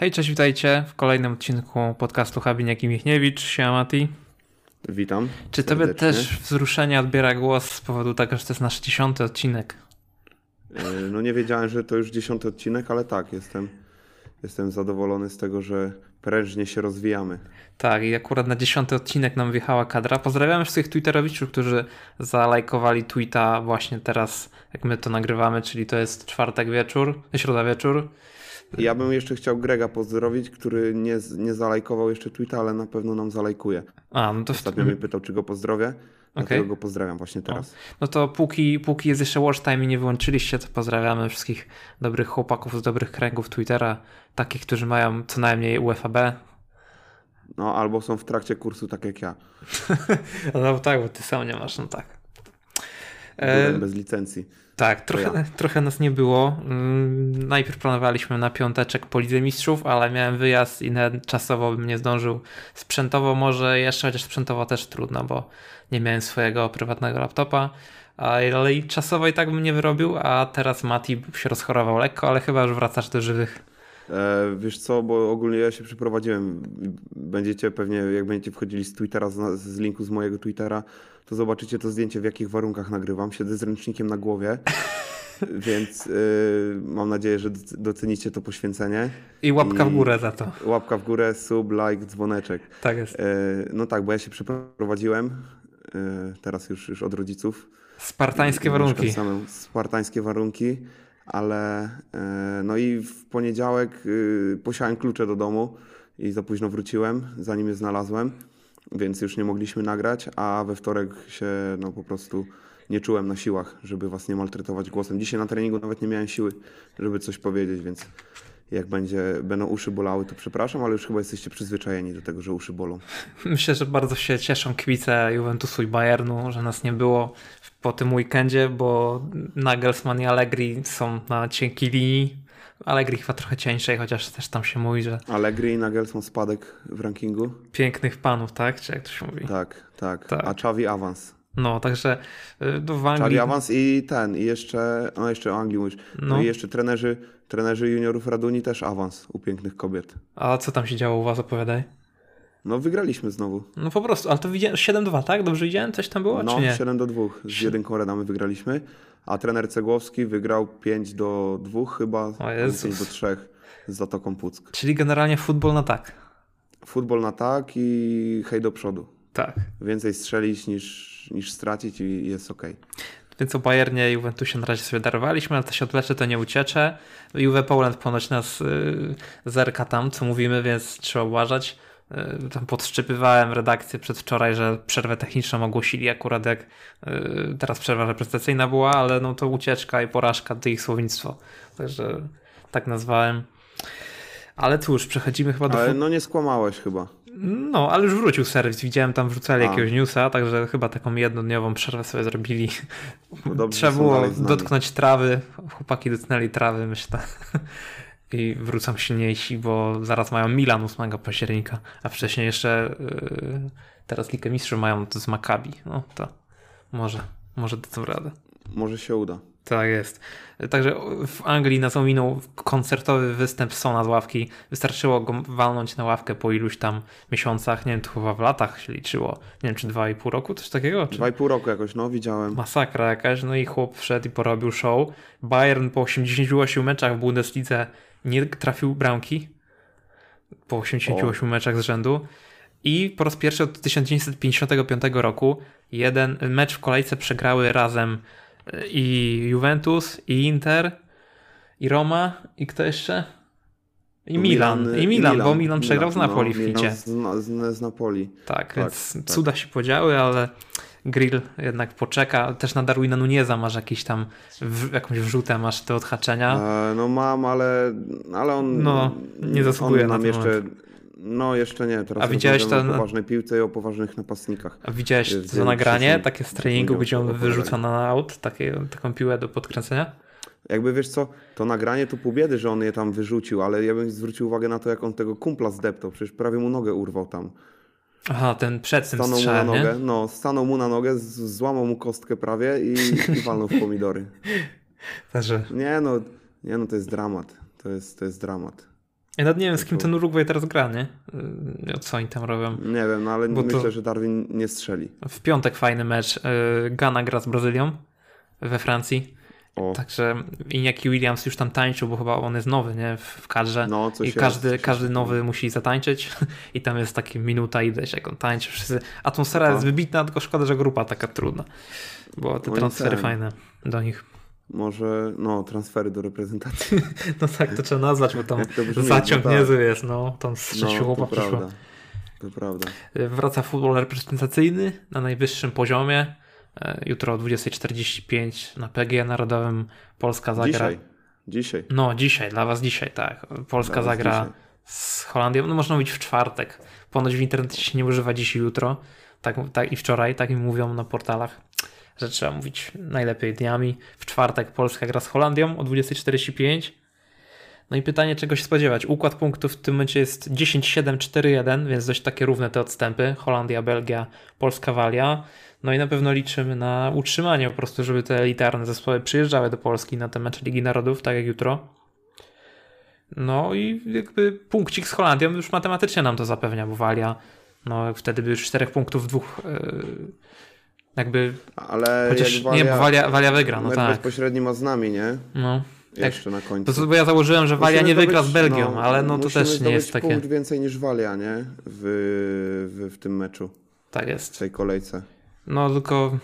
Hej, cześć, witajcie w kolejnym odcinku podcastu Habiniak i Michniewicz. Siema Mati. Witam. Czy tobie też wzruszenie odbiera głos z powodu tego, że to jest nasz 10. odcinek? No nie wiedziałem, że to już 10. odcinek, ale tak, jestem zadowolony z tego, że prężnie się rozwijamy. Tak, i akurat na 10. odcinek nam wjechała kadra. Pozdrawiamy wszystkich twitterowiczów, którzy zalajkowali tweeta właśnie teraz, jak my to nagrywamy, czyli to jest środa wieczór. Ja bym jeszcze chciał Grega pozdrowić, który nie zalajkował jeszcze tweeta, ale na pewno nam zalajkuje. Ostatnio mnie pytał, czy go pozdrowię, dlatego go pozdrawiam właśnie teraz. No to póki jest jeszcze watch time i nie wyłączyliście, to pozdrawiamy wszystkich dobrych chłopaków z dobrych kręgów Twittera, takich, którzy mają co najmniej UFAB. No albo są w trakcie kursu, tak jak ja. No tak, bo ty sam nie masz, no tak. Byłem bez licencji. Tak, trochę nas nie było. Najpierw planowaliśmy na piąteczek po Lidze Mistrzów, ale miałem wyjazd i czasowo bym nie zdążył. Sprzętowo może jeszcze, chociaż sprzętowo też trudno, bo nie miałem swojego prywatnego laptopa. Ale i czasowo i tak bym nie wyrobił, a teraz Mati się rozchorował lekko, ale chyba już wracasz do żywych. Wiesz co, bo ogólnie ja się przeprowadziłem. Będziecie pewnie, jak będziecie wchodzili z Twittera, z linku z mojego Twittera, to zobaczycie to zdjęcie, w jakich warunkach nagrywam. Siedzę z ręcznikiem na głowie, więc mam nadzieję, że docenicie to poświęcenie. I łapka w górę za to. Łapka w górę, sub, like, dzwoneczek. Tak jest. No tak, bo ja się przeprowadziłem, teraz już od rodziców. Spartańskie warunki. Spartańskie warunki. Ale no i w poniedziałek posiałem klucze do domu i za późno wróciłem, zanim je znalazłem, więc już nie mogliśmy nagrać, a we wtorek się po prostu nie czułem na siłach, żeby was nie maltretować głosem. Dzisiaj na treningu nawet nie miałem siły, żeby coś powiedzieć, więc jak będą uszy bolały, to przepraszam, ale już chyba jesteście przyzwyczajeni do tego, że uszy bolą. Myślę, że bardzo się cieszą kibice Juventusu i Bayernu, że nas nie było po tym weekendzie, bo Nagelsmann i Allegri są na cienkiej linii. Allegri chyba trochę cieńszej, chociaż też tam się mówi, że... Allegri i Nagelsmann spadek w rankingu. Pięknych panów, tak? Czy jak to się mówi? Tak. A Xavi awans. No, także w Anglii... Xavi awans i jeszcze o Anglii mówisz. No i jeszcze trenerzy juniorów Raduni też awans u pięknych kobiet. A co tam się działo u was, opowiadaj? No wygraliśmy znowu. No po prostu, ale to widziałem 7-2, tak? Dobrze widziałem? Coś tam było, czy nie? 7-2. Z jedynką Radamy wygraliśmy, a trener Cegłowski wygrał 5-2 chyba, 5-3 z Zatoką Puck. Czyli generalnie futbol na tak. Futbol na tak i hej do przodu. Tak. Więcej strzelić niż stracić i jest okej. Więc o Bayernie i Juventusie na razie sobie darowaliśmy, ale to się odwlecze, to nie uciecze. Juve Poland ponoć nas zerka tam, co mówimy, więc trzeba uważać. Tam podszczypywałem redakcję przedwczoraj, że przerwę techniczną ogłosili akurat jak teraz przerwa reprezentacyjna była, ale no to ucieczka i porażka to ich słownictwo. Także tak nazwałem. Ale cóż, przechodzimy chyba do... Ale no nie skłamałeś chyba. No, ale już wrócił serwis. Widziałem tam wrzucali jakiegoś newsa, także chyba taką jednodniową przerwę sobie zrobili. Dobrze, trzeba było dotknąć trawy. Chłopaki dotknęli trawy, myślę. I wrócą silniejsi, bo zaraz mają Milan 8 października, a wcześniej jeszcze teraz Ligę Mistrzów mają to z Maccabi. No to może dadzą radę. Może się uda. Tak jest. Także w Anglii nas ominął koncertowy występ Sona z ławki. Wystarczyło go walnąć na ławkę po iluś tam miesiącach. Nie wiem, to chyba w latach się liczyło. Nie wiem, czy 2,5 roku, coś takiego? Czy... 2,5 roku jakoś, widziałem. Masakra jakaś. No i chłop wszedł i porobił show. Bayern po 88 meczach w Bundeslidze nie trafił bramki. Po 88 meczach z rzędu. I po raz pierwszy od 1955 roku jeden mecz w kolejce przegrały razem i Juventus, i Inter, i Roma, i kto jeszcze? I Milan, bo Milan przegrał z Napoli w hicie. Z Napoli. Tak, więc cuda się podziały, ale Grill jednak poczeka. Też na Darwina Nuneza masz jakiś tam jakąś wrzutę, masz te odhaczenia. No mam, ale on nie zasługuje na nam jeszcze. No jeszcze nie, teraz widziałeś to o poważnej piłce i o poważnych napastnikach. A widziałeś to nagranie, takie z treningu, gdzie on wyrzuca na aut, taką piłę do podkręcenia? Jakby wiesz co, to nagranie to pół biedy, że on je tam wyrzucił, ale ja bym zwrócił uwagę na to, jak on tego kumpla zdeptał, przecież prawie mu nogę urwał tam. Aha, ten przed tym stanął strzałem, mu na nogę, nie? No, stanął mu na nogę, złamał mu kostkę prawie i walnął w pomidory. Także... Nie no, to jest dramat. To jest dramat. Ja nawet nie wiem, z kim ten Urugwaj teraz gra, nie? Co oni tam robią. Nie wiem, no ale myślę, że Darwin nie strzeli. W piątek fajny mecz. Ghana gra z Brazylią we Francji. Także Iñaki Williams już tam tańczył, bo chyba on jest nowy, nie? W kadrze. No, i każdy nowy musi zatańczyć i tam jest takie minuta ileś, jak on tańczy. Wszyscy. Atmosfera jest wybitna, tylko szkoda, że grupa taka trudna. Bo te transfery fajne do nich. Może, transfery do reprezentacji. No tak, to trzeba nazwać, bo tam zaciąg niezły jest, tam z 6 chłopa przyszło. To prawda. Wraca futbol reprezentacyjny na najwyższym poziomie. Jutro o 20:45 na PGE Narodowym Polska zagra. Dzisiaj. No, dzisiaj, dla was dzisiaj, tak. Polska zagra z Holandią. No, można mówić w czwartek. Ponoć w internecie się nie używa dziś i jutro. Tak i wczoraj, tak mi mówią na portalach, że trzeba mówić najlepiej dniami. W czwartek Polska gra z Holandią o 20:45. No i pytanie, czego się spodziewać. Układ punktów w tym momencie jest 10-7, 4-1, więc dość takie równe te odstępy. Holandia, Belgia, Polska, Walia. No i na pewno liczymy na utrzymanie po prostu, żeby te elitarne zespoły przyjeżdżały do Polski na te mecze Ligi Narodów, tak jak jutro. No i jakby punkcik z Holandią już matematycznie nam to zapewnia, bo Walia, wtedy by już 4 punktów, 2 jakby... Ale chociaż nie, bo Walia wygra, no tak. Bezpośredni ma z nami, nie? No. Jeszcze na końcu. Bo ja założyłem, że Walia nie wygra z Belgią, ale to też nie jest takie... punkt więcej niż Walia, nie? W tym meczu. Tak jest. W tej kolejce. No tylko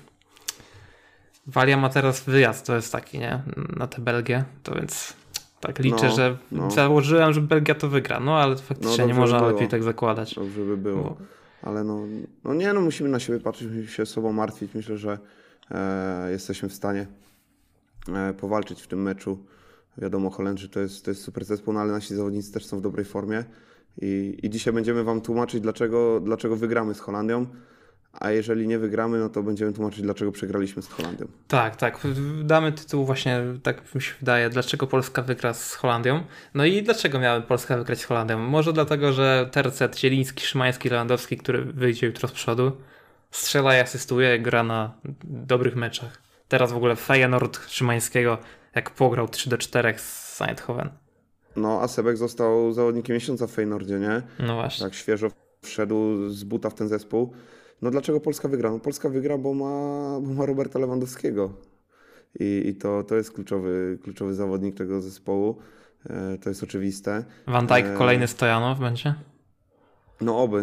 Walia ma teraz wyjazd, to jest taki, nie? Na tę Belgię, to więc tak liczę, że założyłem, że Belgia to wygra, ale faktycznie nie można lepiej tak zakładać. Dobrze by było. Ale musimy na siebie patrzeć, musimy się sobą martwić. Myślę, że jesteśmy w stanie powalczyć w tym meczu. Wiadomo, Holendrzy to jest super zespół, ale nasi zawodnicy też są w dobrej formie i dzisiaj będziemy wam tłumaczyć, dlaczego wygramy z Holandią, a jeżeli nie wygramy, to będziemy tłumaczyć, dlaczego przegraliśmy z Holandią. Tak. Damy tytuł właśnie, tak mi się wydaje, dlaczego Polska wygra z Holandią. No i dlaczego miały Polska wygrać z Holandią? Może dlatego, że Tercet, Zieliński, Szymański, Lewandowski, który wyjdzie jutro z przodu, strzela i asystuje, gra na dobrych meczach. Teraz w ogóle Feyenoord Szymańskiego, jak pograł 3-4 z Eindhoven. A Sebek został zawodnikiem miesiąca w Feyenoordzie, nie? No właśnie. Tak świeżo wszedł z buta w ten zespół. Dlaczego Polska wygra? Polska wygra, bo ma Roberta Lewandowskiego. I to jest kluczowy zawodnik tego zespołu. To jest oczywiste. Van Dijk kolejny Stojanow będzie? Oby.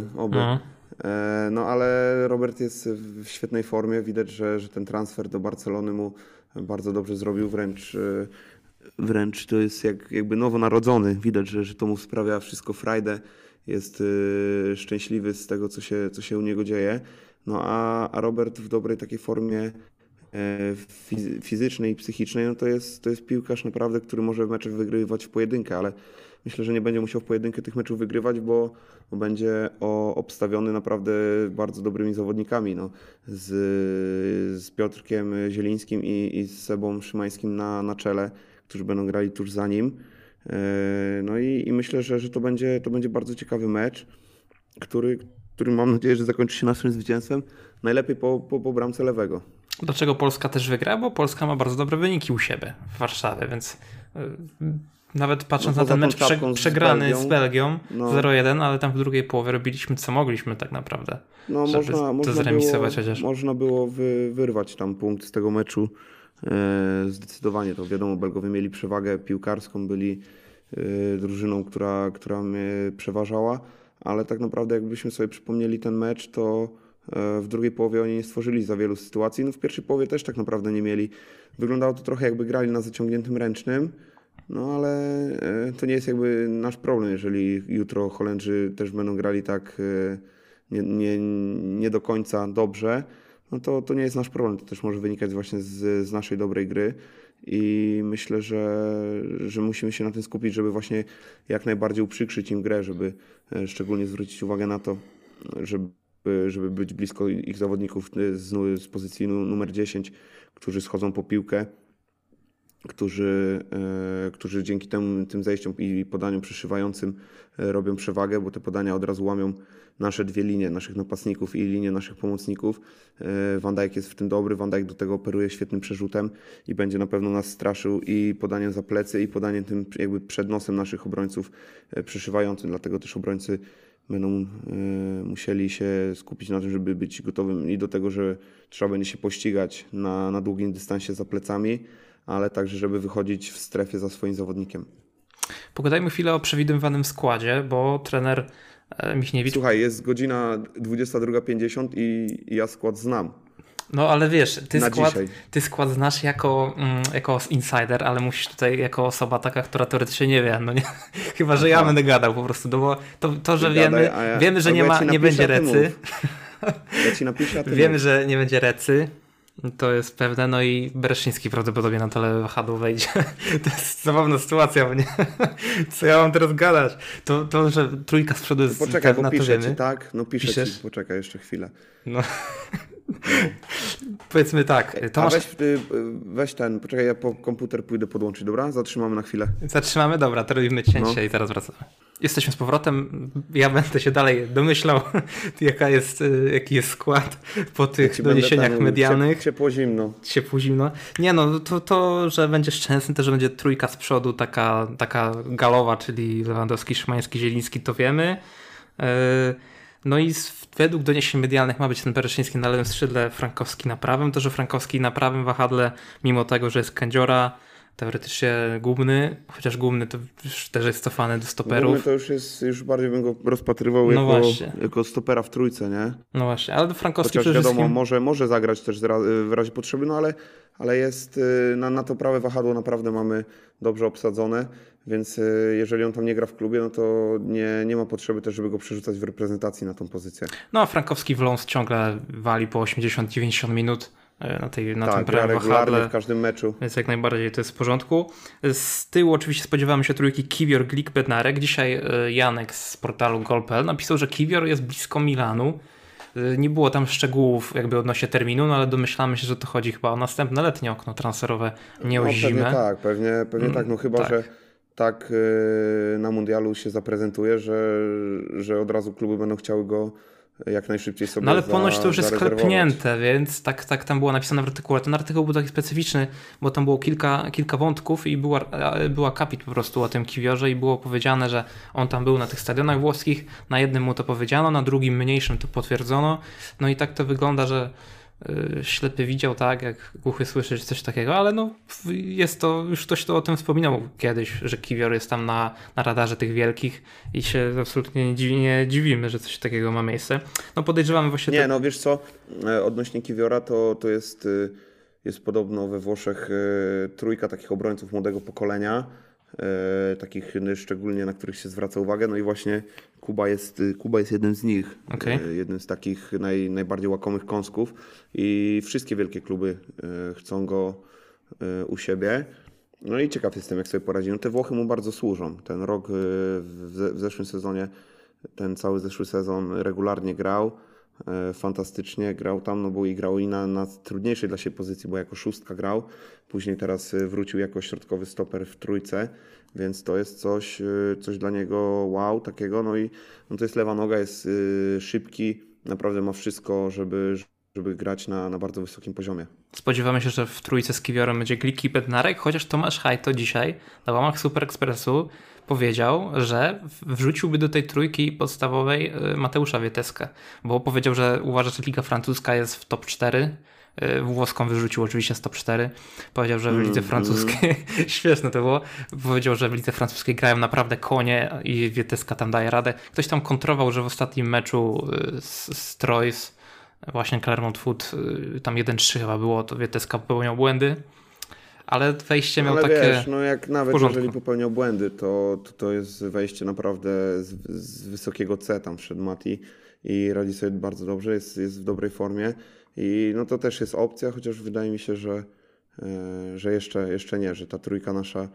Ale Robert jest w świetnej formie. Widać, że ten transfer do Barcelony mu bardzo dobrze zrobił. Wręcz to jest jakby nowonarodzony. Widać, że to mu sprawia wszystko frajdę. Jest szczęśliwy z tego, co się u niego dzieje. A Robert w dobrej takiej formie fizycznej i psychicznej, to jest piłkarz naprawdę, który może mecze wygrywać w pojedynkę, ale myślę, że nie będzie musiał w pojedynkę tych meczów wygrywać, bo będzie obstawiony naprawdę bardzo dobrymi zawodnikami. Z Piotrkiem Zielińskim i z Sebą Szymańskim na czele, którzy będą grali tuż za nim. I myślę, że to będzie bardzo ciekawy mecz, który mam nadzieję, że zakończy się naszym zwycięstwem. Najlepiej po bramce Lewego. Dlaczego Polska też wygra? Bo Polska ma bardzo dobre wyniki u siebie w Warszawie, więc nawet patrząc na ten mecz przegrany z Belgią 0-1, ale tam w drugiej połowie robiliśmy co mogliśmy tak naprawdę, żeby to zremisować chociaż. Można było wyrwać tam punkt z tego meczu. Zdecydowanie to wiadomo, Belgowie mieli przewagę piłkarską, byli drużyną, która mnie przeważała, ale tak naprawdę jakbyśmy sobie przypomnieli ten mecz, to w drugiej połowie oni nie stworzyli za wielu sytuacji. W pierwszej połowie też tak naprawdę nie mieli. Wyglądało to trochę jakby grali na zaciągniętym ręcznym, ale to nie jest jakby nasz problem, jeżeli jutro Holendrzy też będą grali tak nie do końca dobrze, to nie jest nasz problem. To też może wynikać właśnie z naszej dobrej gry i myślę, że musimy się na tym skupić, żeby właśnie jak najbardziej uprzykrzyć im grę, żeby szczególnie zwrócić uwagę na to, żeby być blisko ich zawodników z pozycji numer 10, którzy schodzą po piłkę którzy dzięki tym zejściom i podaniom przyszywającym robią przewagę, bo te podania od razu łamią nasze dwie linie, naszych napastników i linię naszych pomocników. Van Dijk jest w tym dobry, Van Dijk do tego operuje świetnym przerzutem i będzie na pewno nas straszył i podaniem za plecy, i podaniem tym jakby przed nosem naszych obrońców przyszywającym, dlatego też obrońcy będą musieli się skupić na tym, żeby być gotowym i do tego, że trzeba będzie się pościgać na długim dystansie za plecami, ale także, żeby wychodzić w strefie za swoim zawodnikiem. Pogadajmy chwilę o przewidywanym składzie, bo trener Michniewicz... Słuchaj, jest godzina 22:50 i ja skład znam. No ale wiesz, ty skład znasz jako insider, ale musisz tutaj jako osoba taka, która teoretycznie nie wie. No nie, chyba, że ja będę gadał po prostu, no bo to że wiemy, że nie będzie Recy. Ja ci napiszę, a ty wiemy, że nie będzie Recy. To jest pewne, no i Bereszyński prawdopodobnie na tyle wahadło wejdzie. To jest zabawna sytuacja, bo nie. Co ja mam teraz gadać? To że trójka z przodu jest poczekaj, pewna, bo piszę to wiemy. Ci, tak? No piszę Piszesz? ci, poczekaj jeszcze chwilę. No. Powiedzmy tak. Tomasz... weź ten, poczekaj, ja po komputer pójdę podłączyć, dobra? Zatrzymamy na chwilę. Zatrzymamy? Dobra, to robimy cięcie i zaraz wracamy. Jesteśmy z powrotem. Ja będę się dalej domyślał, jaki jest skład po tych doniesieniach medialnych. Ciepło-zimno. Nie no, to, że będzie Szczęsny, to, że będzie trójka z przodu, taka galowa, czyli Lewandowski, Szymański, Zieliński, to wiemy. No i według doniesień medialnych ma być ten Bereszyński na lewym skrzydle, Frankowski na prawym. To, że Frankowski na prawym wahadle, mimo tego, że jest Kędziora, teoretycznie Gubny, chociaż Gubny to już też jest cofany do stoperów. Gubny to już bardziej bym go rozpatrywał jako stopera w trójce, nie? No właśnie, ale Frankowski chociaż wiadomo, może zagrać też w razie potrzeby, no ale jest na to prawe wahadło naprawdę mamy dobrze obsadzone, więc jeżeli on tam nie gra w klubie, no to nie ma potrzeby też, żeby go przerzucać w reprezentacji na tą pozycję. No a Frankowski w Lons ciągle wali po 80-90 minut na tym prawym wahadle w każdym meczu. Więc jak najbardziej to jest w porządku. Z tyłu oczywiście spodziewamy się trójki Kiwior, Glik, Bednarek. Dzisiaj Janek z portalu Goal.pl napisał, że Kiwior jest blisko Milanu. Nie było tam szczegółów jakby odnośnie terminu, no ale domyślamy się, że to chodzi chyba o następne letnie okno transferowe, nie o zimę. Pewnie tak, no chyba, że tak na mundialu się zaprezentuje, że od razu kluby będą chciały go jak najszybciej sobie No ale ponoć to już jest sklepnięte, więc tak tam było napisane w artykule. Ten artykuł był taki specyficzny, bo tam było kilka wątków i była kapit po prostu o tym Kiwiorze i było powiedziane, że on tam był na tych stadionach włoskich, na jednym mu to powiedziano, na drugim mniejszym to potwierdzono. No i tak to wygląda, że ślepy widział, tak, jak głuchy słyszy coś takiego, ale no jest to, już ktoś to o tym wspominał kiedyś, że Kiwior jest tam na radarze tych wielkich i się absolutnie nie dziwimy, że coś takiego ma miejsce. No podejrzewamy właśnie... no wiesz co, odnośnie Kiwiora to jest podobno we Włoszech trójka takich obrońców młodego pokolenia, takich szczególnie, na których się zwraca uwagę, no i właśnie Kuba jest jednym z nich, jednym z takich najbardziej łakomych kąsków i wszystkie wielkie kluby chcą go u siebie. No i ciekaw jestem, jak sobie poradzi. No te Włochy mu bardzo służą. Ten rok w zeszłym sezonie, ten cały zeszły sezon regularnie grał, fantastycznie grał tam, no bo i grał i na trudniejszej dla siebie pozycji, bo jako szóstka grał, później teraz wrócił jako środkowy stoper w trójce, więc to jest coś dla niego wow takiego, no i no to jest lewa noga, jest szybki, naprawdę ma wszystko, żeby grać na bardzo wysokim poziomie. Spodziewamy się, że w trójce z Kiwiorem będzie Glik i Bednarek, chociaż Tomasz Hajto dzisiaj na łamach Super Expressu powiedział, że wrzuciłby do tej trójki podstawowej Mateusza Wieteskę, bo powiedział, że uważa, że Liga Francuska jest w top 4. Włoską wyrzucił oczywiście z top 4. Powiedział, że w lidze francuskiej śmieszne to było. Powiedział, że w lidze francuskiej grają naprawdę konie i Wieteska tam daje radę. Ktoś tam kontrował, że w ostatnim meczu z Troyes, właśnie Clermont Foot, tam 1-3 chyba było, to Wieteska popełniał błędy. Ale wejście miał takie... Wiesz, no jak nawet jeżeli popełniał błędy, to jest wejście naprawdę z wysokiego C, tam wszedł Mati i radzi sobie bardzo dobrze, jest w dobrej formie i no to też jest opcja, chociaż wydaje mi się, że jeszcze nie, że ta trójka nasza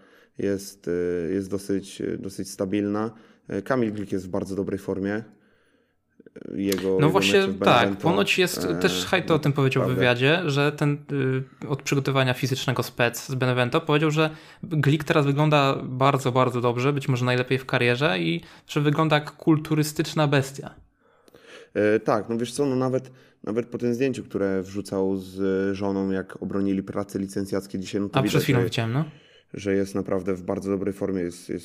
jest dosyć stabilna. Kamil Glik jest w bardzo dobrej formie. jego właśnie mecze w tak, Benevento. ponoć jest, też Hajto o tym powiedział w wywiadzie, że ten od przygotowania fizycznego spec z Benevento powiedział, że Glick teraz wygląda bardzo, bardzo dobrze, być może najlepiej w karierze i że wygląda jak kulturystyczna bestia. Tak, no wiesz co, no nawet po tym zdjęciu, które wrzucał z żoną, jak obronili prace licencjackie dzisiaj, no to przed chwilą widziałem, no. że jest naprawdę w bardzo dobrej formie,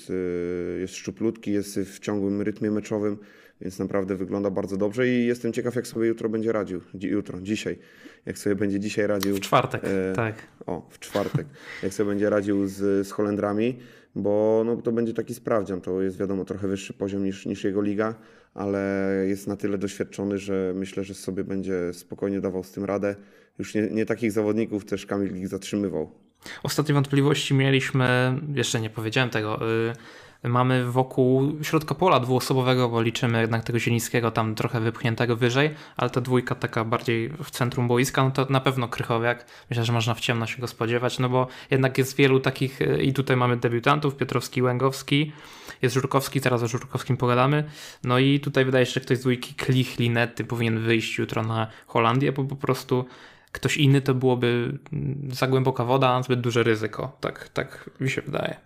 jest szczuplutki, jest w ciągłym rytmie meczowym, więc naprawdę wygląda bardzo dobrze i jestem ciekaw, jak sobie jutro będzie radził. Dzisiaj. Jak sobie będzie dzisiaj radził. W czwartek, tak. W czwartek. Jak sobie będzie radził z Holendrami, bo no, to będzie taki sprawdzian. To jest wiadomo trochę wyższy poziom niż jego liga, ale jest na tyle doświadczony, że myślę, że sobie będzie spokojnie dawał z tym radę. Już nie takich zawodników też Kamil Glik zatrzymywał. Ostatnie wątpliwości mieliśmy, jeszcze nie powiedziałem tego, mamy wokół środka pola dwuosobowego, bo liczymy jednak tego Zielińskiego tam trochę wypchniętego wyżej, ale ta dwójka taka bardziej w centrum boiska, no to na pewno Krychowiak. Myślę, że można w ciemno się go spodziewać, no bo jednak jest wielu takich i tutaj mamy debiutantów, Piotrowski, Łęgowski, jest Żurkowski, zaraz o Żurkowskim pogadamy, no i tutaj wydaje się, że ktoś z dwójki Klich, Linety powinien wyjść jutro na Holandię, bo po prostu ktoś inny to byłoby za głęboka woda, zbyt duże ryzyko. Tak mi się wydaje.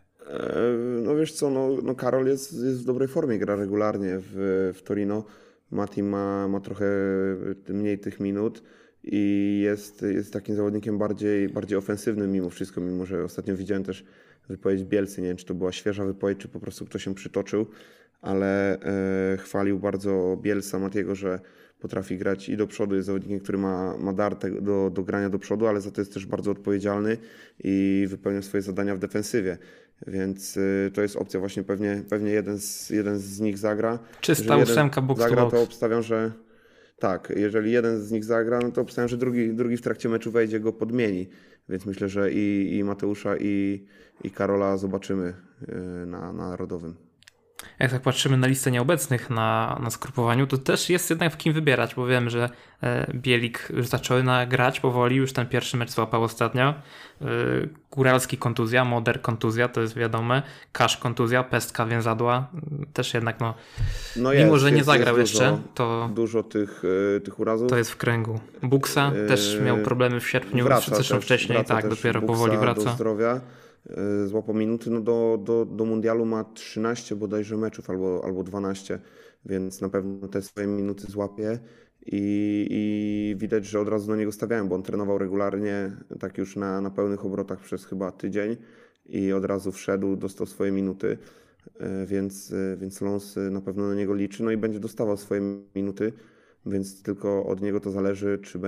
No wiesz co, no Karol jest w dobrej formie, gra regularnie w Torino. Mati ma trochę mniej tych minut i jest takim zawodnikiem bardziej ofensywnym mimo wszystko, mimo że ostatnio widziałem też wypowiedź Bielcy, nie wiem czy to była świeża wypowiedź, czy po prostu ktoś się przytoczył, ale chwalił bardzo Bielsa Matiego, że potrafi grać i do przodu, jest zawodnikiem, który ma dar do grania do przodu, ale za to jest też bardzo odpowiedzialny i wypełnia swoje zadania w defensywie. Więc to jest opcja właśnie, pewnie jeden z nich zagra. Czysta ósemka box to box. To obstawiam, że tak, jeżeli jeden z nich zagra, no to obstawiam, że drugi w trakcie meczu wejdzie, go podmieni. Więc myślę, że i Mateusza i Karola zobaczymy na Narodowym. Jak tak patrzymy na listę nieobecnych na skrupowaniu, to też jest jednak w kim wybierać, bo wiem, że Bielik już zaczął grać powoli, już ten pierwszy mecz złapał ostatnio. Góralski kontuzja, Moder kontuzja, to jest wiadome. Kasz kontuzja, Pestka więzadła, też jednak mimo że nie zagrał jeszcze, to dużo tych urazów. To jest w kręgu. Buksa też miał problemy w sierpniu, zresztą wcześniej, tak, dopiero powoli wraca. Do zdrowia. Złapał minuty, no do mundialu ma 13 bodajże meczów albo 12, więc na pewno te swoje minuty złapie i widać, że od razu na niego stawiałem, bo on trenował regularnie, tak już na pełnych obrotach przez chyba tydzień i od razu wszedł, dostał swoje minuty, więc Lons na pewno na niego liczy, no i będzie dostawał swoje minuty, więc tylko od niego to zależy, czy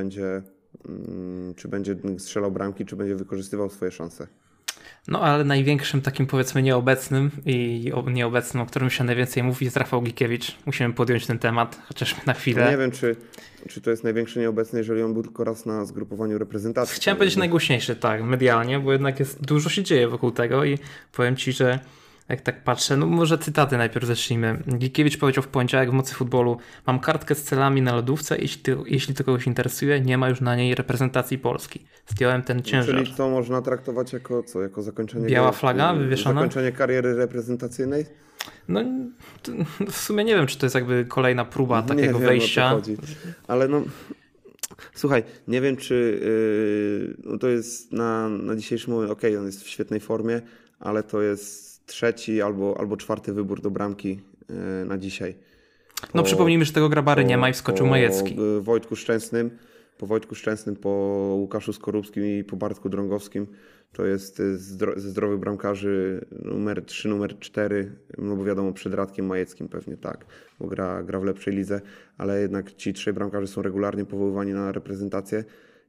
będzie strzelał bramki, czy będzie wykorzystywał swoje szanse. No ale największym takim powiedzmy nieobecnym, o którym się najwięcej mówi, jest Rafał Gikiewicz. Musimy podjąć ten temat, chociaż na chwilę. No nie wiem, czy to jest największy nieobecny, jeżeli on był tylko raz na zgrupowaniu reprezentacji. Chciałem powiedzieć najgłośniejszy, tak, medialnie, bo jednak dużo się dzieje wokół tego i powiem Ci, że jak tak patrzę, no może cytaty najpierw zacznijmy. Gikiewicz powiedział w poniedziałek w Mocy Futbolu: mam kartkę z celami na lodówce, jeśli to kogoś interesuje, nie ma już na niej reprezentacji Polski. Zdjąłem ten ciężar. Czyli to można traktować jako co? Jako zakończenie... Biała flaga wywieszona? Zakończenie kariery reprezentacyjnej? No w sumie nie wiem, czy to jest jakby kolejna próba takiego wejścia. O co chodzi. Ale no... Słuchaj, nie wiem, czy to jest na dzisiejszy moment, okej, on jest w świetnej formie, ale to jest trzeci albo czwarty wybór do bramki na dzisiaj. No przypomnijmy, że tego Grabary nie ma i wskoczył Majecki. Po Wojtku Szczęsnym, po Łukaszu Skorupskim i po Bartku Drągowskim to jest ze zdrowych bramkarzy numer 3, numer 4, no bo wiadomo przed Radkiem Majeckim pewnie tak, bo gra w lepszej lidze, ale jednak ci trzej bramkarze są regularnie powoływani na reprezentację.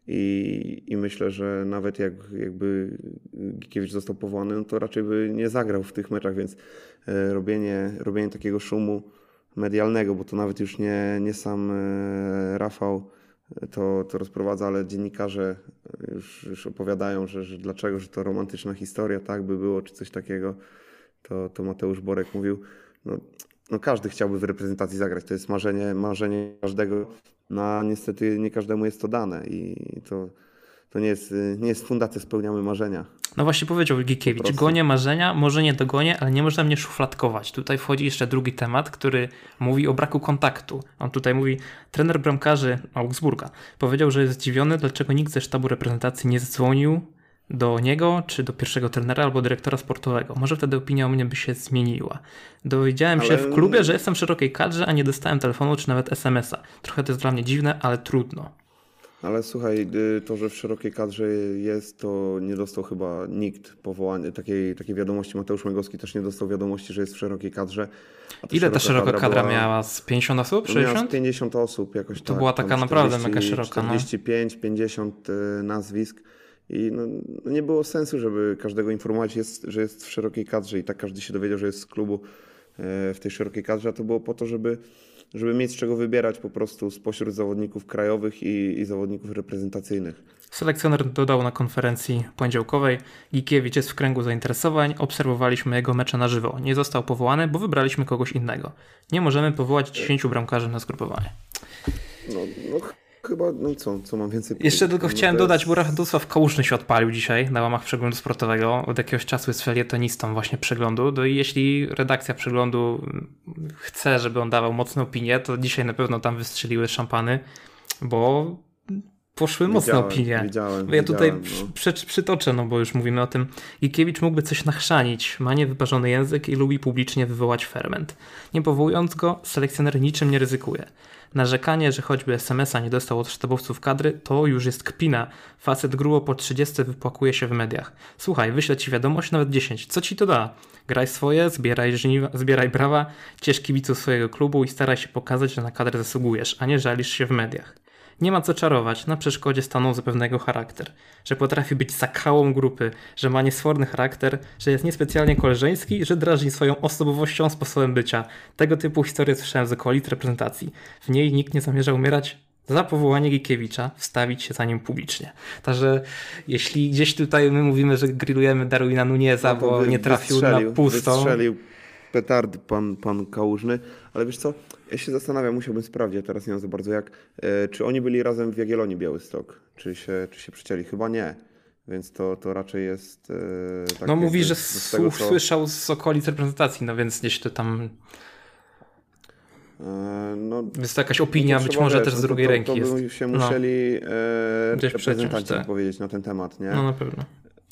I myślę, że nawet jakby Gikiewicz został powołany, no to raczej by nie zagrał w tych meczach, więc robienie takiego szumu medialnego, bo to nawet już nie sam Rafał to rozprowadza, ale dziennikarze już opowiadają, że dlaczego, że to romantyczna historia, tak by było, czy coś takiego, to Mateusz Borek mówił. No każdy chciałby w reprezentacji zagrać, to jest marzenie każdego. No a niestety nie każdemu jest to dane i nie jest fundacja Spełniamy Marzenia. No właśnie powiedział Gikiewicz, gonię marzenia, może nie dogonię, ale nie można mnie szufladkować. Tutaj wchodzi jeszcze drugi temat, który mówi o braku kontaktu. On tutaj mówi, trener bramkarzy Augsburga powiedział, że jest zdziwiony, dlaczego nikt ze sztabu reprezentacji nie zadzwonił do niego, czy do pierwszego trenera albo dyrektora sportowego. Może wtedy opinia o mnie by się zmieniła. Dowiedziałem się w klubie, że jestem w szerokiej kadrze, a nie dostałem telefonu, czy nawet SMS-a. Trochę to jest dla mnie dziwne, ale trudno. Ale słuchaj, to, że w szerokiej kadrze jest, to nie dostał chyba nikt powołania, takiej wiadomości. Mateusz Męgowski też nie dostał wiadomości, że jest w szerokiej kadrze. Ile ta szeroka kadra miała? Z 50 osób? 60? Miała z 50 osób jakoś to tak. Była taka naprawdę mega szeroka. 45, 50 nazwisk. I nie było sensu, żeby każdego informować, że jest w szerokiej kadrze i tak każdy się dowiedział, że jest z klubu w tej szerokiej kadrze, a to było po to, żeby mieć z czego wybierać po prostu spośród zawodników krajowych i zawodników reprezentacyjnych. Selekcjoner dodał na konferencji poniedziałkowej: Gikiewicz jest w kręgu zainteresowań, obserwowaliśmy jego mecze na żywo. Nie został powołany, bo wybraliśmy kogoś innego. Nie możemy powołać 10 bramkarzy na zgrupowanie. Chyba, co mam więcej powiedzieć? Jeszcze tylko chciałem dodać, bo Radosław Kałużny się odpalił dzisiaj na łamach Przeglądu Sportowego. Od jakiegoś czasu jest felietonistą właśnie Przeglądu. No i jeśli redakcja Przeglądu chce, żeby on dawał mocne opinie, to dzisiaj na pewno tam wystrzeliły szampany, bo poszły mocne opinie. Ja tutaj przytoczę, bo już mówimy o tym. Gikiewicz mógłby coś nachrzanić, ma niewyparzony język i lubi publicznie wywołać ferment. Nie powołując go, selekcjoner niczym nie ryzykuje. Narzekanie, że choćby SMS-a nie dostał od sztabowców kadry, to już jest kpina. Facet grubo po 30 wypłakuje się w mediach. Słuchaj, wyślę ci wiadomość, nawet 10. Co ci to da? Graj swoje, zbieraj brawa, ciesz kibiców swojego klubu i staraj się pokazać, że na kadrę zasługujesz, a nie żalisz się w mediach. Nie ma co czarować, na przeszkodzie stanął zapewne jego charakter. Że potrafi być sakałą grupy, że ma niesforny charakter, że jest niespecjalnie koleżeński, że drażni swoją osobowością, sposobem bycia. Tego typu historie słyszałem z okolic reprezentacji. W niej nikt nie zamierza umierać za powołanie Gikiewicza, wstawić się za nim publicznie. Także jeśli gdzieś tutaj my mówimy, że grillujemy Darwina Nuneza, bo nie trafił na pusto. Wystrzelił petardy pan Kałużny, ale wiesz co, ja się zastanawiam, musiałbym sprawdzić, ja teraz nie wiem za bardzo jak, czy oni byli razem w Jagiellonii Białystok, czy się przycięli? Chyba nie, więc to raczej jest tak. Mówi, że słyszał z okolic reprezentacji, więc gdzieś to tam jest to jakaś opinia, być może też z drugiej ręki jest. To by się musieli gdzieś reprezentanci powiedzieć na ten temat, nie? No na pewno.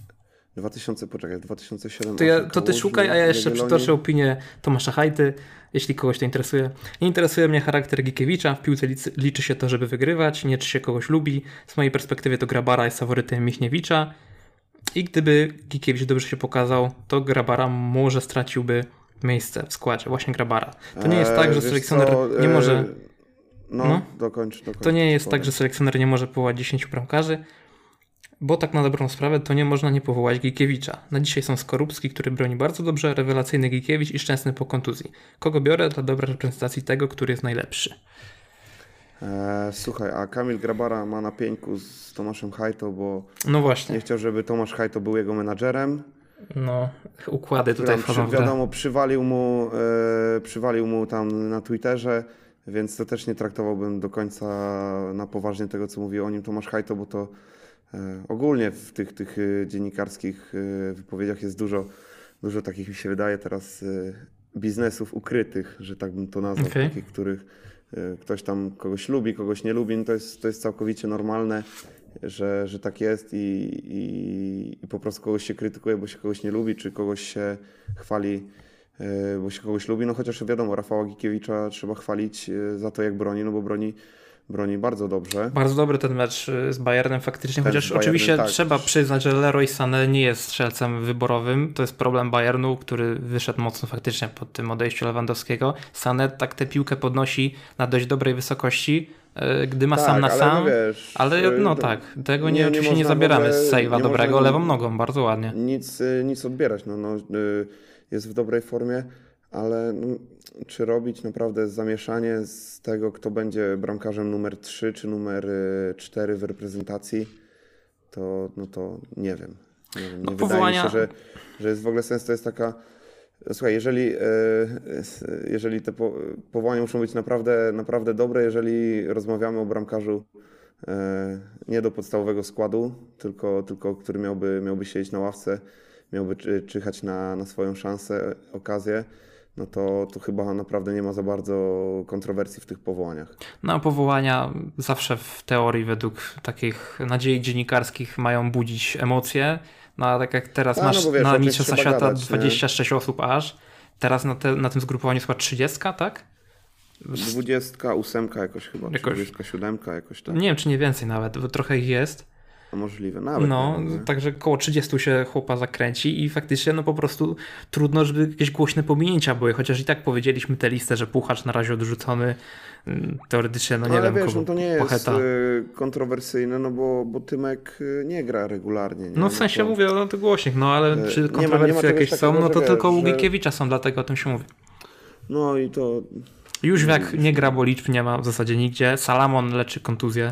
2007. To ty szukaj, a ja jeszcze przytoczę opinię Tomasza Hajty, jeśli kogoś to interesuje. Nie interesuje mnie charakter Gikiewicza, w piłce liczy się to, żeby wygrywać, nie czy się kogoś lubi. Z mojej perspektywy to Grabara jest faworytem Michniewicza i gdyby Gikiewicz dobrze się pokazał, to Grabara może straciłby miejsce w składzie, właśnie Grabara. To nie jest tak, że selekcjoner nie może... Dokończ. To nie jest tak, że selekcjoner nie może powołać 10 bramkarzy, bo tak na dobrą sprawę to nie można nie powołać Gikiewicza. Na dzisiaj są Skorupski, który broni bardzo dobrze, rewelacyjny Gikiewicz i Szczęsny po kontuzji. Kogo biorę dla dobrej reprezentacji tego, który jest najlepszy? Słuchaj, a Kamil Grabara ma na pieńku z Tomaszem Hajtą, bo właśnie. Nie chciał, żeby Tomasz Hajto był jego menadżerem. Układy tutaj wchodzą w grę. Wiadomo, przywalił mu tam na Twitterze, więc to też nie traktowałbym do końca na poważnie tego, co mówi o nim Tomasz Hajto, bo to ogólnie w tych dziennikarskich wypowiedziach jest dużo takich, mi się wydaje teraz, biznesów ukrytych, że tak bym to nazwał, takich, których ktoś tam kogoś lubi, kogoś nie lubi. To jest całkowicie normalne, że tak jest i po prostu kogoś się krytykuje, bo się kogoś nie lubi, czy kogoś się chwali, bo się kogoś lubi. Chociaż wiadomo, Rafała Gikiewicza trzeba chwalić za to, jak broni, bo broni bardzo dobrze. Bardzo dobry ten mecz z Bayernem faktycznie, chociaż oczywiście trzeba przyznać, że Leroy Sané nie jest strzelcem wyborowym. To jest problem Bayernu, który wyszedł mocno faktycznie po tym odejściu Lewandowskiego. Sané tak tę piłkę podnosi na dość dobrej wysokości, gdy ma sam na sam. Ale tego oczywiście nie zabieramy z save'a dobrego, lewą nogą, bardzo ładnie. Nic odbierać. Jest w dobrej formie, ale czy robić naprawdę zamieszanie z tego, kto będzie bramkarzem numer 3 czy numer 4 w reprezentacji, to nie wiem. Nie wydaje mi się, że jest w ogóle sens. To jest taka... Słuchaj, jeżeli te powołania muszą być naprawdę, naprawdę dobre, jeżeli rozmawiamy o bramkarzu nie do podstawowego składu, tylko który miałby siedzieć na ławce, miałby czyhać na swoją szansę, okazję, no to chyba naprawdę nie ma za bardzo kontrowersji w tych powołaniach. No, powołania zawsze w teorii według takich nadziei dziennikarskich mają budzić emocje. No a tak jak teraz masz no wiesz, na Mistrzostwa Świata gadać, 26 osób aż, teraz na tym zgrupowaniu jest chyba 30, tak? 28 jakoś chyba, 27 jakoś tak. Nie wiem, czy nie więcej nawet, bo trochę ich jest. No możliwe, nawet. No, także koło 30 się chłopa zakręci i faktycznie no po prostu trudno, żeby jakieś głośne pominięcia były, chociaż i tak powiedzieliśmy tę listę, że Puchacz na razie odrzucony, teoretycznie, no nie ale wiem, wiesz, kogo no to nie jest Pocheta. kontrowersyjne, no bo Tymek nie gra regularnie. Nie? No w sensie to... mówię, no to głośnik, no ale czy kontrowersje jakieś są, no to tylko u Gikiewicza są, dlatego o tym się mówi. No i to... Jóźwiak nie gra, bo liczb nie ma w zasadzie nigdzie, Salamon leczy kontuzję.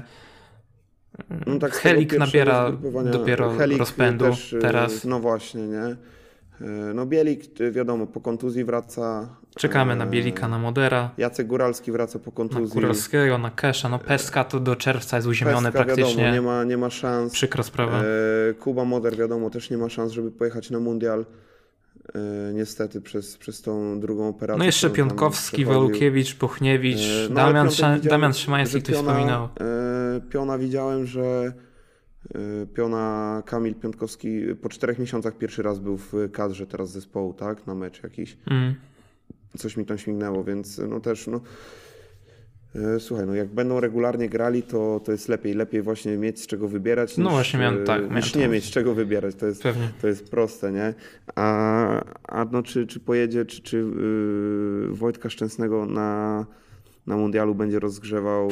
No tak, Helik nabiera dopiero Helik rozpędu też, teraz. No właśnie, nie? No Bielik, wiadomo, po kontuzji wraca. Czekamy na Bielika, na Modera. Jacek Góralski wraca po kontuzji. Na Góralskiego, na Kesza. No Pestka to do czerwca jest uziemiony Pestka, praktycznie. Wiadomo, nie ma szans. Przykra sprawa. Kuba Moder, wiadomo, też nie ma szans, żeby pojechać na mundial. Niestety przez tą drugą operację. No jeszcze Piątkowski, Walukiewicz, Puchniewicz, Damian Szymański, ktoś wspominał. Piona widziałem, że Piona Kamil Piątkowski po 4 miesiącach pierwszy raz był w kadrze teraz zespołu, tak? Na mecz jakiś. Coś mi tam śmignęło, więc no też słuchaj, no jak będą regularnie grali, to jest lepiej właśnie mieć z czego wybierać niż nie mieć z czego wybierać. To jest proste, nie? A no czy pojedzie, czy Wojtka Szczęsnego na mundialu będzie rozgrzewał...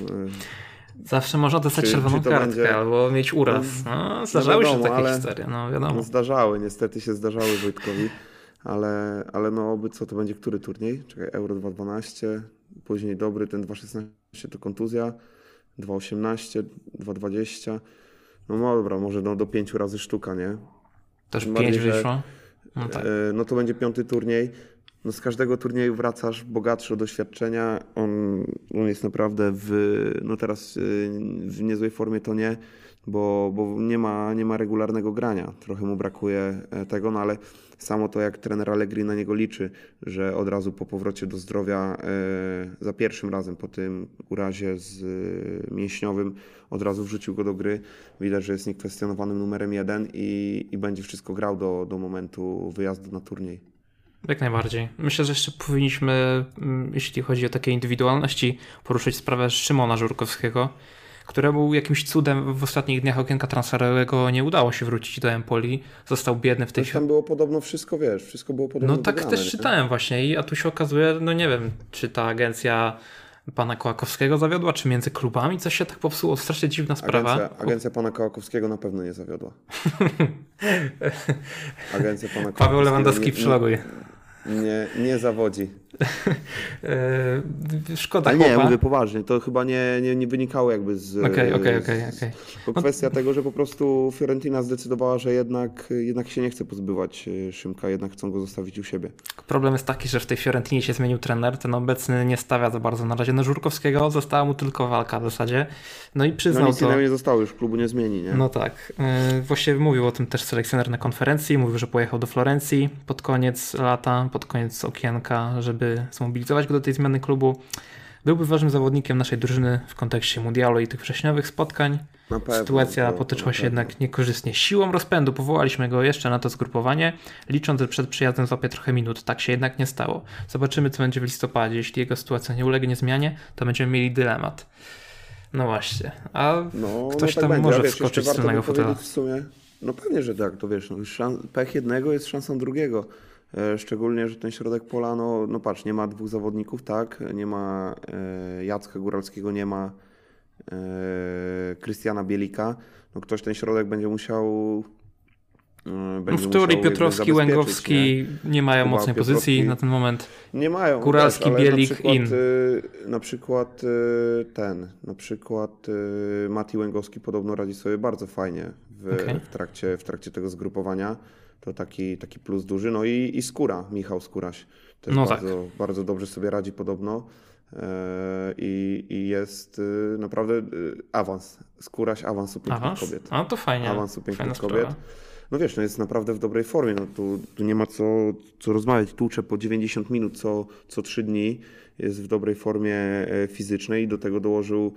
Zawsze można dostać czerwoną kartkę będzie... albo mieć uraz. No, zdarzały się takie historie, no wiadomo. Niestety się zdarzały Wojtkowi, ale no oby co, to będzie który turniej? Czekaj, Euro 2012, później dobry, ten 2016 to kontuzja, 2018, 2020, no dobra, może do 5 razy sztuka, nie? Też 5 wyszło? No, tak. No to będzie 5. turniej. No z każdego turnieju wracasz bogatszy o doświadczenia. On jest naprawdę teraz w niezłej formie to nie, bo nie ma regularnego grania. Trochę mu brakuje tego, no ale samo to, jak trener Allegri na niego liczy, że od razu po powrocie do zdrowia za pierwszym razem po tym urazie mięśniowym od razu wrzucił go do gry. Widać, że jest niekwestionowanym numerem 1 i będzie wszystko grał do momentu wyjazdu na turniej. Jak najbardziej. Myślę, że jeszcze powinniśmy, jeśli chodzi o takie indywidualności, poruszyć sprawę Szymona Żurkowskiego, któremu jakimś cudem w ostatnich dniach okienka transferowego nie udało się wrócić do Empoli. Został biedny w tej chwili. Tam było podobno wszystko, wszystko było podobno No tak wygrane, też czytałem właśnie, a tu się okazuje, no nie wiem, czy ta agencja pana Kołakowskiego zawiodła, czy między klubami coś się tak popsuło. Strasznie dziwna sprawa. Agencja pana Kołakowskiego na pewno nie zawiodła. Agencja pana Paweł Lewandowski przyloguj. Nie zawodzi. Szkoda ale chłopa. Nie, mówię poważnie, to chyba nie wynikało jakby z... Okej. To kwestia tego, że po prostu Fiorentina zdecydowała, że jednak się nie chce pozbywać Szymka, jednak chcą go zostawić u siebie. Problem jest taki, że w tej Fiorentinie się zmienił trener, ten obecny nie stawia za bardzo na razie na Żurkowskiego, została mu tylko walka w zasadzie. No i przyznał nic innego nie zostało, już klubu nie zmieni, nie? No tak. Właściwie mówił o tym też selekcjoner na konferencji, mówił, że pojechał do Florencji pod koniec lata, pod koniec okienka, żeby zmobilizować go do tej zmiany klubu. Byłby ważnym zawodnikiem naszej drużyny w kontekście mundialu i tych wrześniowych spotkań. Sytuacja potoczyła się jednak niekorzystnie. Siłą rozpędu powołaliśmy go jeszcze na to zgrupowanie, licząc, że przed przyjazdem złapie trochę minut. Tak się jednak nie stało. Zobaczymy, co będzie w listopadzie. Jeśli jego sytuacja nie ulegnie zmianie, to będziemy mieli dylemat. No właśnie. A ktoś tam może wskoczyć z tylnego fotela. W sumie, no pewnie, że tak. To wiesz, pech jednego jest szansą drugiego. Szczególnie, że ten środek pola, no patrz, nie ma 2 zawodników, tak? Nie ma Jacka Góralskiego, nie ma Krystiana Bielika. No ktoś ten środek będzie musiał... w teorii Piotrowski, Łęgowski nie mają mocnej pozycji na ten moment. Nie mają. Góralski, Bielik, Na przykład Mati Łęgowski podobno radzi sobie bardzo fajnie w trakcie tego zgrupowania. To taki plus duży. No i Skóra, Michał Skóraś też bardzo dobrze sobie radzi podobno. i jest naprawdę awans. Skóraś awansu pięknych kobiet. A to fajnie. Awansu pięknych kobiet. Sprawa. No wiesz, no jest naprawdę w dobrej formie. No tu nie ma co rozmawiać. Tłucze po 90 minut co 3 dni. Jest w dobrej formie fizycznej i do tego dołożył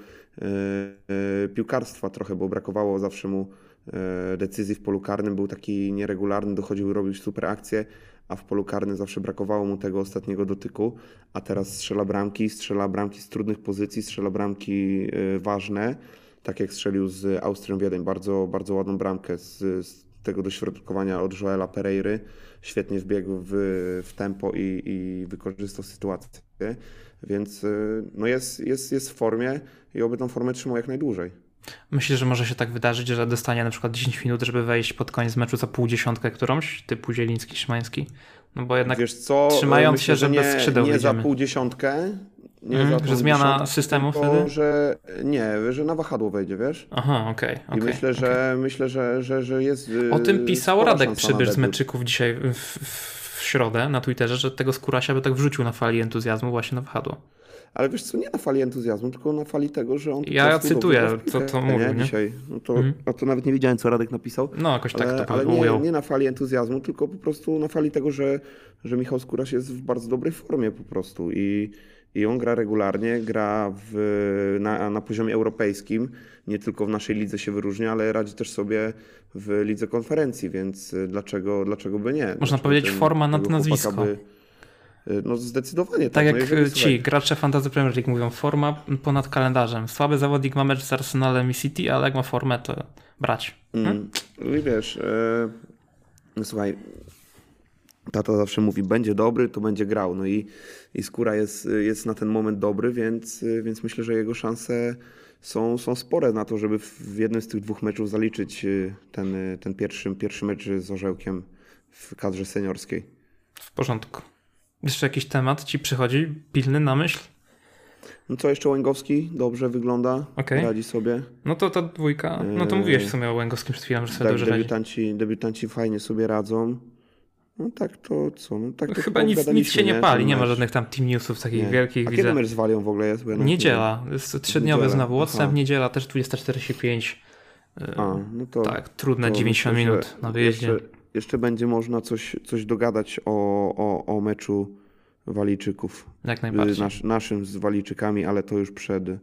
piłkarstwa trochę, bo brakowało zawsze mu decyzji w polu karnym. Był taki nieregularny, dochodził robić super akcje, a w polu karnym zawsze brakowało mu tego ostatniego dotyku. A teraz strzela bramki z trudnych pozycji, strzela bramki ważne. Tak jak strzelił z Austrią Wiedeń. Bardzo, bardzo ładną bramkę z tego dośrodkowania od Joela Pereiry. Świetnie wbiegł w tempo i wykorzystał sytuację. Więc no jest w formie i oby tą formę trzymał jak najdłużej. Myślę, że może się tak wydarzyć, że dostanie na przykład 10 minut, żeby wejść pod koniec meczu za półdziesiątkę którąś, typu Zieliński, Szymański. No bo jednak wiesz co, trzymając myślę, się, że bez skrzydeł nie wyjdziemy. za półdziesiątkę. Że zmiana systemu tylko, wtedy? że na wahadło wejdzie, wiesz? Aha, okej. I myślę, że jest. O tym pisał spora Radek szansa Przybysz na z debiut. Meczyków dzisiaj w środę na Twitterze, że tego Skórasia by tak wrzucił na fali entuzjazmu właśnie na wahadło. Ale wiesz co, nie na fali entuzjazmu, tylko na fali tego, że on po Ja prostu cytuję, dobrze gra w piłkę, co mówił, nie? Dzisiaj. No to nawet nie wiedziałem, co Radek napisał. No jakoś tak to ale ujął. nie na fali entuzjazmu, tylko po prostu na fali tego, że Michał Skóraś jest w bardzo dobrej formie po prostu i on gra regularnie, gra na poziomie europejskim, nie tylko w naszej lidze się wyróżnia, ale radzi też sobie w lidze konferencji, więc dlaczego by nie? Można powiedzieć forma nad nazwisko. No zdecydowanie Tak tak. jak No ci gracze Fantasy Premier League mówią, forma ponad kalendarzem. Słaby zawodnik ma mecz z Arsenalem i City, ale jak ma formę, to brać. I wiesz, słuchaj, tata zawsze mówi, będzie dobry, to będzie grał. No i Skóra jest na ten moment dobry, więc myślę, że jego szanse są spore na to, żeby w jednym z tych 2 meczów zaliczyć ten pierwszy mecz z Orzełkiem w kadrze seniorskiej. W porządku. Jeszcze jakiś temat ci przychodzi pilny na myśl? No co, jeszcze Łęgowski dobrze wygląda, Okej. radzi sobie. No to ta dwójka, no to mówiłeś w sumie o Łęgowskim przed chwilą, że sobie dobrze radzi. Debiutanci fajnie sobie radzą. No tak to co? No tak to Chyba nic się nie pali, nie ma żadnych tam team newsów takich wielkich. A widzę. kiedy mecz z Walią w ogóle jest? Bo ja Niedziela, jest 3-dniowy Niedziela. znowu odstęp, Aha. niedziela też 20:45. No to, Tak, trudne to 90 myślę, minut na wyjeździe. Jeszcze będzie można coś dogadać o meczu Walijczyków. Jak najbardziej. Naszym z Walijczykami, ale to już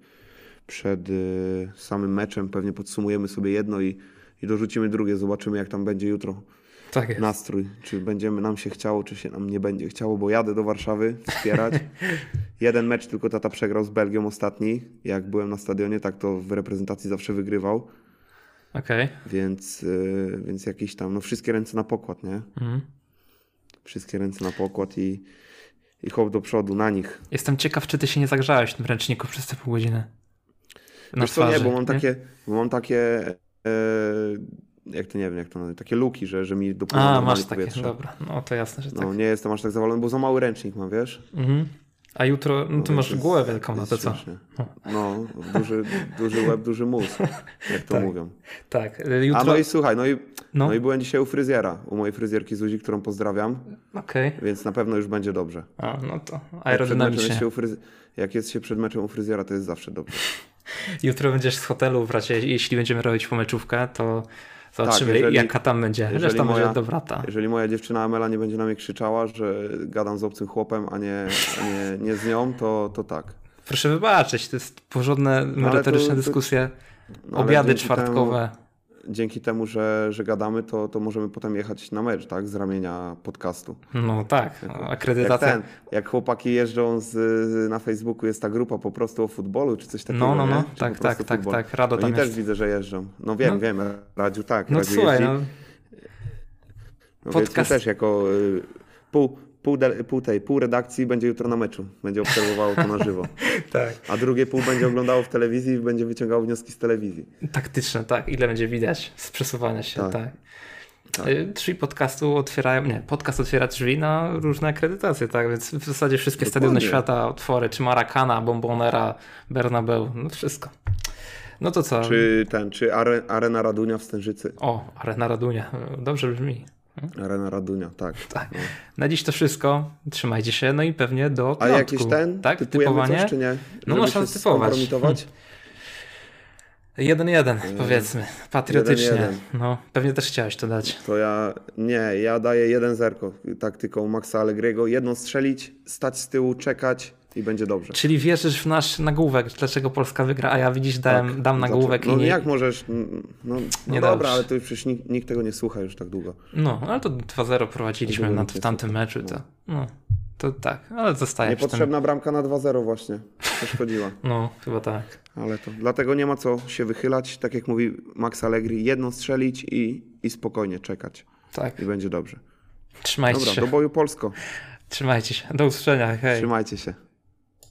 przed samym meczem. Pewnie podsumujemy sobie jedno i dorzucimy drugie. Zobaczymy, jak tam będzie jutro Tak jest. nastrój. Czy nam się chciało, czy się nam nie będzie chciało, bo jadę do Warszawy wspierać. Jeden mecz tylko tata przegrał z Belgią ostatni. Jak byłem na stadionie, tak to w reprezentacji zawsze wygrywał. Okej. Więc jakieś tam, no wszystkie ręce na pokład, nie? Wszystkie ręce na pokład i hop do przodu na nich. Jestem ciekaw, czy ty się nie zagrzałeś w tym ręczniku przez te pół godziny. Na Wiesz co, twarzy, nie, bo mam takie jak to nie wiem, jak to nazwać, takie luki, że mi dopływa masz normalnie takie, powietrze. dobra. No to jasne, że tak. No nie jestem aż tak zawalony, bo za mały ręcznik mam, wiesz? A jutro, no to masz jest- głowę wielką na to, co? śmiesznie. No, duży łeb, duży mózg, jak to Tak. mówią. Tak, A jutro... no i słuchaj, No. no i byłem dzisiaj u fryzjera, u mojej fryzjerki Zuzi, którą pozdrawiam, Okej. więc na pewno już będzie dobrze. A, no to Jak przed meczem aerodynamicznie. jest się przed meczem u fryzjera, to jest zawsze dobrze. Jutro będziesz z hotelu w razie, jeśli będziemy robić pomeczówkę, to zobaczymy, jeżeli- jaka tam będzie. jeżeli Zresztą moja- będzie do brata. Jeżeli moja dziewczyna Amela nie będzie na mnie krzyczała, że gadam z obcym chłopem, a nie z nią, to tak. Proszę wybaczyć, to jest porządne, merytoryczne to- dyskusje, No, ale obiady dzięki czwartkowe. Dzięki temu, że gadamy, to możemy potem jechać na mecz, tak? Z ramienia podcastu. No tak, Jak akredytacja. jak chłopaki jeżdżą na Facebooku, jest ta grupa po prostu o futbolu, czy coś takiego, No, nie? no, Czy tak, po prostu tak, futbol? tak, Rado Oni tam też jest. widzę, że jeżdżą. No wiem, Radziu tak, No Radziu słuchaj, jeździ. no, No, podcast- więc my też jako pół redakcji będzie jutro na meczu. Będzie obserwowało to na żywo. tak. A drugie pół będzie oglądało w telewizji i będzie wyciągało wnioski z telewizji. Taktyczne, tak, ile będzie widać z przesuwania się, Tak. tak. Tak. Drzwi podcastu otwierają, podcast otwiera drzwi na różne akredytacje, tak, więc w zasadzie wszystkie Dokładnie. stadiony świata otwory, czy Maracana, Bombonera, Bernabeu, no wszystko. No to co? Czy Arena Radunia w Stężycy. O, Arena Radunia, dobrze brzmi. Arena Radunia, tak. Tak. No. Na dziś to wszystko. Trzymajcie się, no i pewnie do A piątku. jakiś tak? typujemy Typowanie? coś, czy nie? No Żeby można się typować. skompromitować? 1-1 powiedzmy, patriotycznie. 1-1. No, pewnie też chciałeś to dać. To ja daję 1-0 taktyką Maxa Allegriego. Jedno strzelić, stać z tyłu, czekać i będzie dobrze. Czyli wierzysz w nasz nagłówek, dlaczego Polska wygra, a ja widzisz dam nagłówek No i nie... jak możesz, no Nie dobra, dobrze. ale to już przecież nikt tego nie słucha już tak długo. No, ale to 2-0 prowadziliśmy w tamtym meczu, to tak, ale zostaje przy tym. Niepotrzebna bramka na 2-0 właśnie przeszkodziła. No, chyba tak. Ale to dlatego nie ma co się wychylać. Tak jak mówi Max Allegri, jedno strzelić i spokojnie czekać. Tak. I będzie dobrze. Trzymajcie Dobra, się. do boju Polsko. Trzymajcie się. Do usłyszenia. Hej. Trzymajcie się.